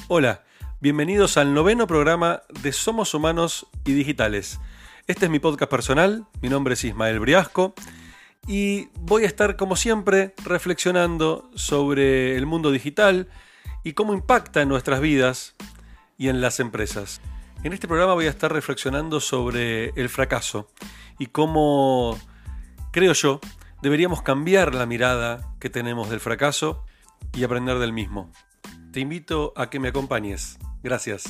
Hola, bienvenidos al 9º programa de Somos Humanos y Digitales. Este es mi podcast personal, mi nombre es Ismael Briasco y voy a estar como siempre reflexionando sobre el mundo digital y cómo impacta en nuestras vidas y en las empresas. En este programa voy a estar reflexionando sobre el fracaso y cómo, creo yo, deberíamos cambiar la mirada que tenemos del fracaso y aprender del mismo. Te invito a que me acompañes. Gracias.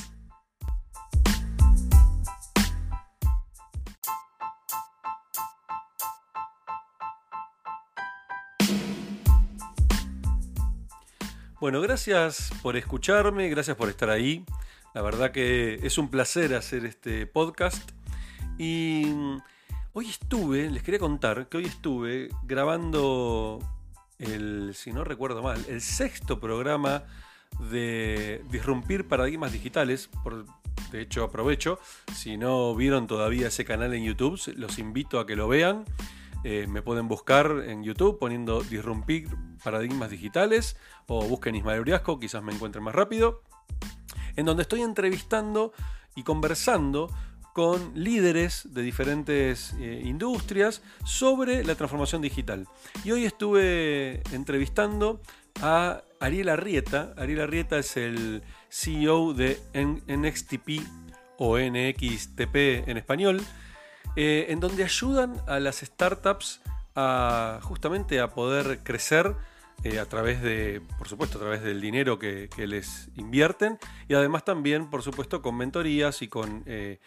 Bueno, gracias por escucharme, gracias por estar ahí. La verdad que es un placer hacer este podcast. Y les quería contar que hoy estuve grabando si no recuerdo mal, el 6º programa de Disrumpir Paradigmas Digitales. De hecho, aprovecho, si no vieron todavía ese canal en YouTube, los invito a que lo vean. Me pueden buscar en YouTube poniendo Disrumpir Paradigmas Digitales o busquen Ismael Briasco, quizás me encuentren más rápido, en donde estoy entrevistando y conversando con líderes de diferentes industrias sobre la transformación digital. Y hoy estuve entrevistando a Ariel Arrieta. Ariel Arrieta es el CEO de NXTP o NXTP en español, en donde ayudan a las startups justamente a poder crecer a través de, por supuesto, a través del dinero que les invierten, y además también, por supuesto, con mentorías y con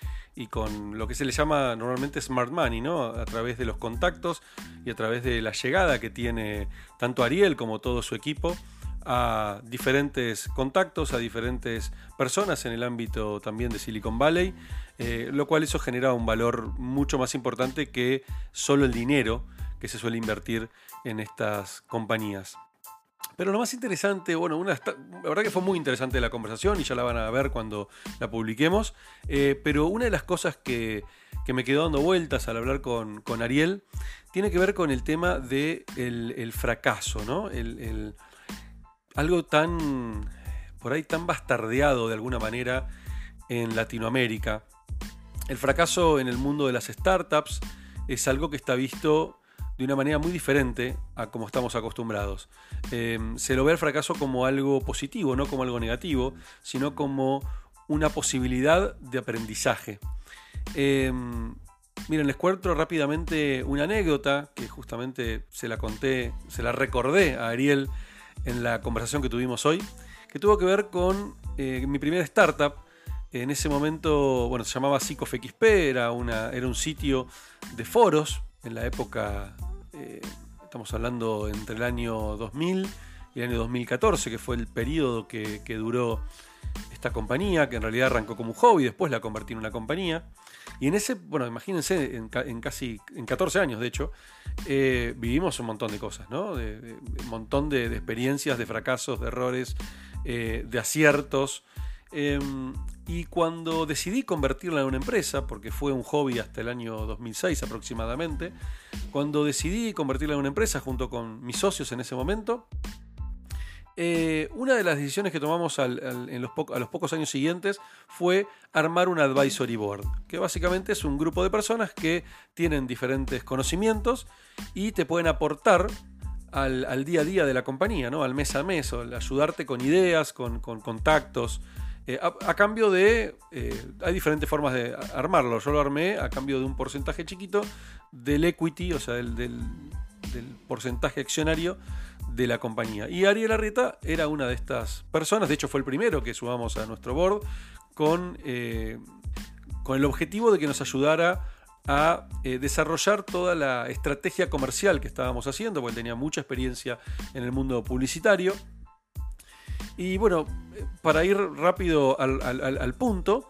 lo que se le llama normalmente smart money, ¿no? A través de los contactos y a través de la llegada que tiene tanto Ariel como todo su equipo a diferentes contactos, a diferentes personas en el ámbito también de Silicon Valley, lo cual eso genera un valor mucho más importante que solo el dinero que se suele invertir en estas compañías. Pero lo más interesante, la verdad que fue muy interesante la conversación y ya la van a ver cuando la publiquemos, pero una de las cosas que me quedó dando vueltas al hablar con Ariel tiene que ver con el tema del fracaso, ¿no? Algo tan bastardeado de alguna manera en Latinoamérica. El fracaso en el mundo de las startups es algo que está visto de una manera muy diferente a como estamos acostumbrados. Se lo ve al fracaso como algo positivo, no como algo negativo, sino como una posibilidad de aprendizaje. Miren, les cuento rápidamente una anécdota que justamente se la recordé a Ariel en la conversación que tuvimos hoy, que tuvo que ver con mi primera startup. En ese momento, se llamaba PsicoFXP, era un sitio de foros en la época, estamos hablando entre el año 2000 y el año 2014, que fue el periodo que duró esta compañía, que en realidad arrancó como un hobby, después la convertí en una compañía. Y en ese, imagínense, en 14 años, de hecho, vivimos un montón de cosas, ¿no? Un montón de experiencias, de fracasos, de errores, de aciertos. Y cuando decidí convertirla en una empresa, porque fue un hobby hasta el año 2006 aproximadamente, cuando decidí convertirla en una empresa junto con mis socios en ese momento, una de las decisiones que tomamos a los pocos años siguientes fue armar un advisory board, que básicamente es un grupo de personas que tienen diferentes conocimientos y te pueden aportar al día a día de la compañía, ¿no? Al mes a mes, o ayudarte con ideas, con contactos. A cambio de... hay diferentes formas de armarlo. Yo lo armé a cambio de un porcentaje chiquito del equity, o sea, del porcentaje accionario de la compañía. Y Ariel Arrieta era una de estas personas. De hecho, fue el primero que sumamos a nuestro board con el objetivo de que nos ayudara a desarrollar toda la estrategia comercial que estábamos haciendo, porque tenía mucha experiencia en el mundo publicitario. Y para ir rápido al punto,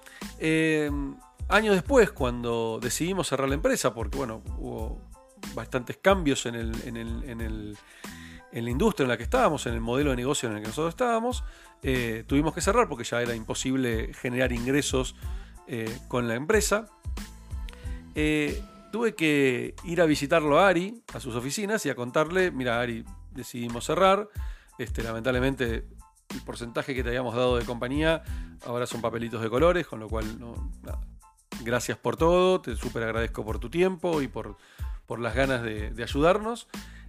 años después, cuando decidimos cerrar la empresa, porque hubo bastantes cambios en la industria en la que estábamos, en el modelo de negocio en el que nosotros estábamos, tuvimos que cerrar porque ya era imposible generar ingresos con la empresa. Tuve que ir a visitarlo a Ari, a sus oficinas, y a contarle: mira, Ari, decidimos cerrar, lamentablemente el porcentaje que te habíamos dado de compañía ahora son papelitos de colores, con lo cual nada. Gracias por todo, te súper agradezco por tu tiempo y por las ganas de ayudarnos.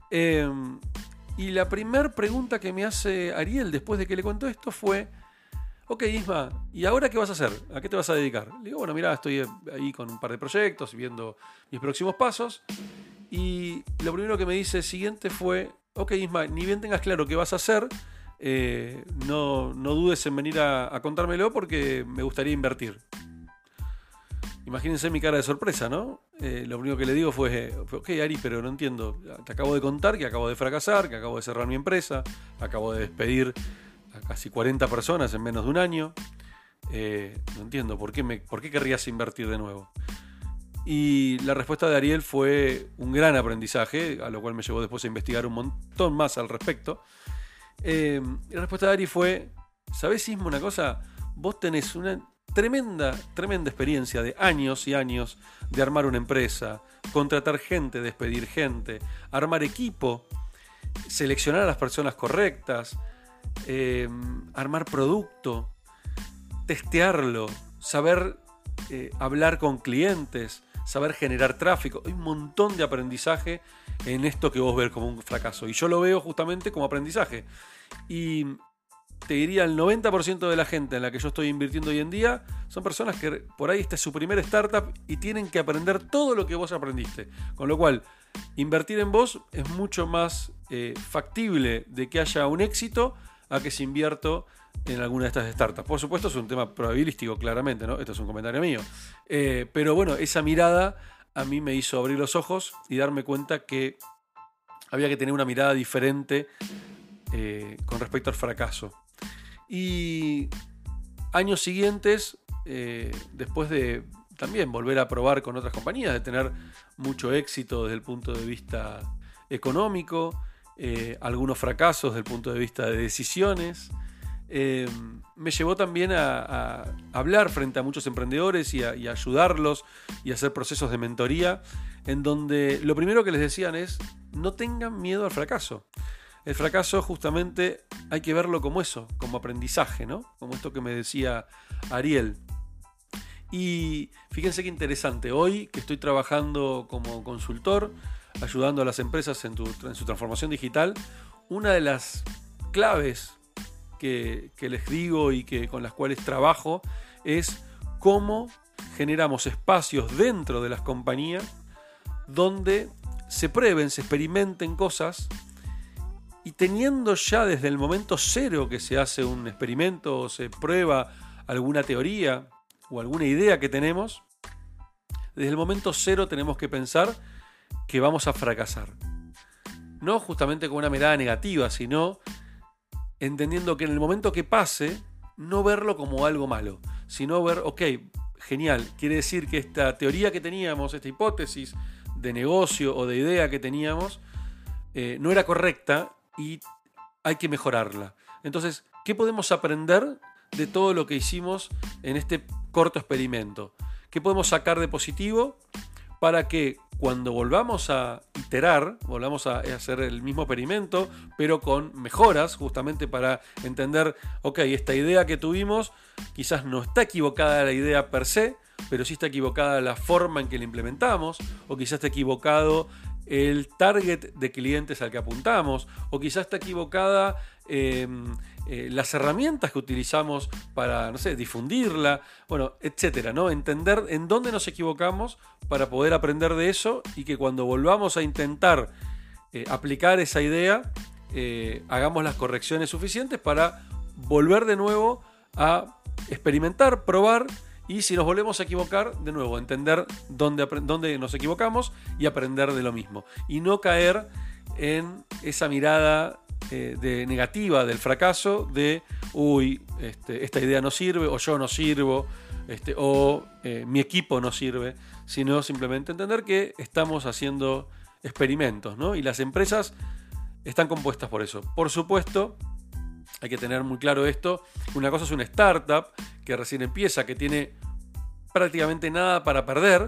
Y la primera pregunta que me hace Ariel después de que le cuento esto fue: ok, Isma, ¿y ahora qué vas a hacer? ¿A qué te vas a dedicar? Le digo, bueno, mirá, estoy ahí con un par de proyectos, viendo mis próximos pasos. Y lo primero que me dice siguiente fue: ok, Isma, ni bien tengas claro qué vas a hacer, no dudes en venir a contármelo porque me gustaría invertir. Imagínense mi cara de sorpresa, ¿no? Lo único que le digo fue: ok, Ari, pero no entiendo. Te acabo de contar que acabo de fracasar, que acabo de cerrar mi empresa, acabo de despedir a casi 40 personas en menos de un año. No entiendo, ¿por qué querrías invertir de nuevo? Y la respuesta de Ariel fue un gran aprendizaje, a lo cual me llevó después a investigar un montón más al respecto. Y la respuesta de Ari fue: ¿sabés, Isma, una cosa? Vos tenés una tremenda experiencia de años y años de armar una empresa, contratar gente, despedir gente, armar equipo, seleccionar a las personas correctas, armar producto, testearlo, saber hablar con clientes, saber generar tráfico. Hay un montón de aprendizaje en esto que vos ves como un fracaso. Y yo lo veo justamente como aprendizaje. Y te diría, el 90% de la gente en la que yo estoy invirtiendo hoy en día son personas que por ahí esta es su primera startup y tienen que aprender todo lo que vos aprendiste. Con lo cual, invertir en vos es mucho más factible de que haya un éxito a que se invierto en alguna de estas startups. Por supuesto, es un tema probabilístico, claramente, ¿no? Esto es un comentario mío. Pero bueno, esa mirada a mí me hizo abrir los ojos y darme cuenta que había que tener una mirada diferente con respecto al fracaso. Y años siguientes, después de también volver a probar con otras compañías, de tener mucho éxito desde el punto de vista económico, algunos fracasos desde el punto de vista de decisiones, me llevó también a hablar frente a muchos emprendedores y a ayudarlos y a hacer procesos de mentoría, en donde lo primero que les decían es: no tengan miedo al fracaso. El fracaso justamente hay que verlo como eso, como aprendizaje, ¿no? Como esto que me decía Ariel. Y fíjense qué interesante, hoy que estoy trabajando como consultor, ayudando a las empresas en su transformación digital, una de las claves que les digo y con las cuales trabajo es cómo generamos espacios dentro de las compañías donde se prueben, se experimenten cosas. Y teniendo ya desde el momento cero que se hace un experimento o se prueba alguna teoría o alguna idea que tenemos, desde el momento cero tenemos que pensar que vamos a fracasar. No justamente con una mirada negativa, sino entendiendo que en el momento que pase, no verlo como algo malo, sino ver, ok, genial, quiere decir que esta teoría que teníamos, esta hipótesis de negocio o de idea que teníamos, no era correcta, y hay que mejorarla. Entonces, ¿qué podemos aprender de todo lo que hicimos en este corto experimento? ¿Qué podemos sacar de positivo para que cuando volvamos a iterar, volvamos a hacer el mismo experimento, pero con mejoras, justamente para entender, ok, esta idea que tuvimos quizás no está equivocada la idea per se, pero sí está equivocada la forma en que la implementamos, o quizás está equivocado el target de clientes al que apuntamos, o quizás está equivocada las herramientas que utilizamos para, no sé, difundirla, bueno, etcétera, ¿no? Entender en dónde nos equivocamos para poder aprender de eso y que cuando volvamos a intentar aplicar esa idea, hagamos las correcciones suficientes para volver de nuevo a experimentar, probar. Y si nos volvemos a equivocar, de nuevo, entender dónde nos equivocamos y aprender de lo mismo. Y no caer en esa mirada negativa del fracaso, de esta idea no sirve, o yo no sirvo, o mi equipo no sirve, sino simplemente entender que estamos haciendo experimentos, ¿no? Y las empresas están compuestas por eso. Por supuesto, hay que tener muy claro esto. Una cosa es una startup que recién empieza, que tiene prácticamente nada para perder,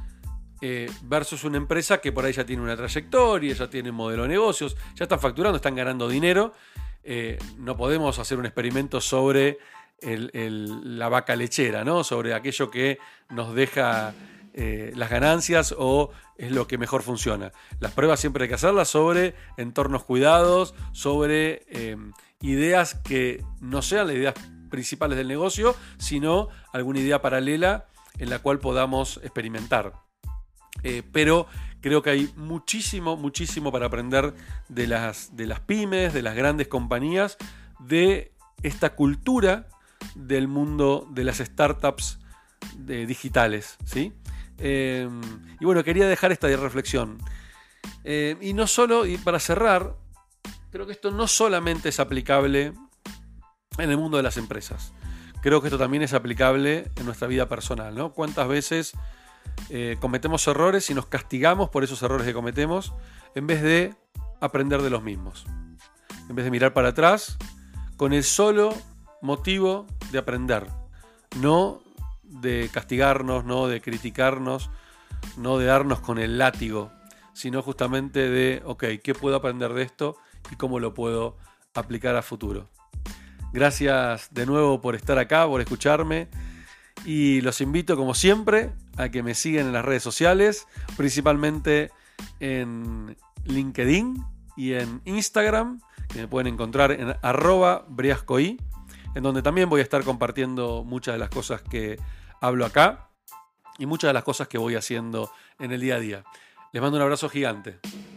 versus una empresa que por ahí ya tiene una trayectoria, ya tiene un modelo de negocios, ya están facturando, están ganando dinero, no podemos hacer un experimento sobre la vaca lechera, ¿no? Sobre aquello que nos deja las ganancias o es lo que mejor funciona. Las pruebas siempre hay que hacerlas sobre entornos cuidados, sobre ideas que no sean las ideas principales del negocio, sino alguna idea paralela en la cual podamos experimentar. Pero creo que hay muchísimo para aprender de las pymes, de las grandes compañías, de esta cultura del mundo de las startups digitales, ¿sí? Y bueno, quería dejar esta reflexión. Y no solo, y para cerrar, creo que esto no solamente es aplicable en el mundo de las empresas. Creo que esto también es aplicable en nuestra vida personal, ¿no? ¿Cuántas veces cometemos errores y nos castigamos por esos errores que cometemos en vez de aprender de los mismos? En vez de mirar para atrás con el solo motivo de aprender, no de castigarnos, no de criticarnos, no de darnos con el látigo, sino justamente de, ok, ¿qué puedo aprender de esto y cómo lo puedo aplicar a futuro? Gracias de nuevo por estar acá, por escucharme, y los invito como siempre a que me sigan en las redes sociales, principalmente en LinkedIn y en Instagram, que me pueden encontrar en @briascoy, en donde también voy a estar compartiendo muchas de las cosas que hablo acá y muchas de las cosas que voy haciendo en el día a día. Les mando un abrazo gigante.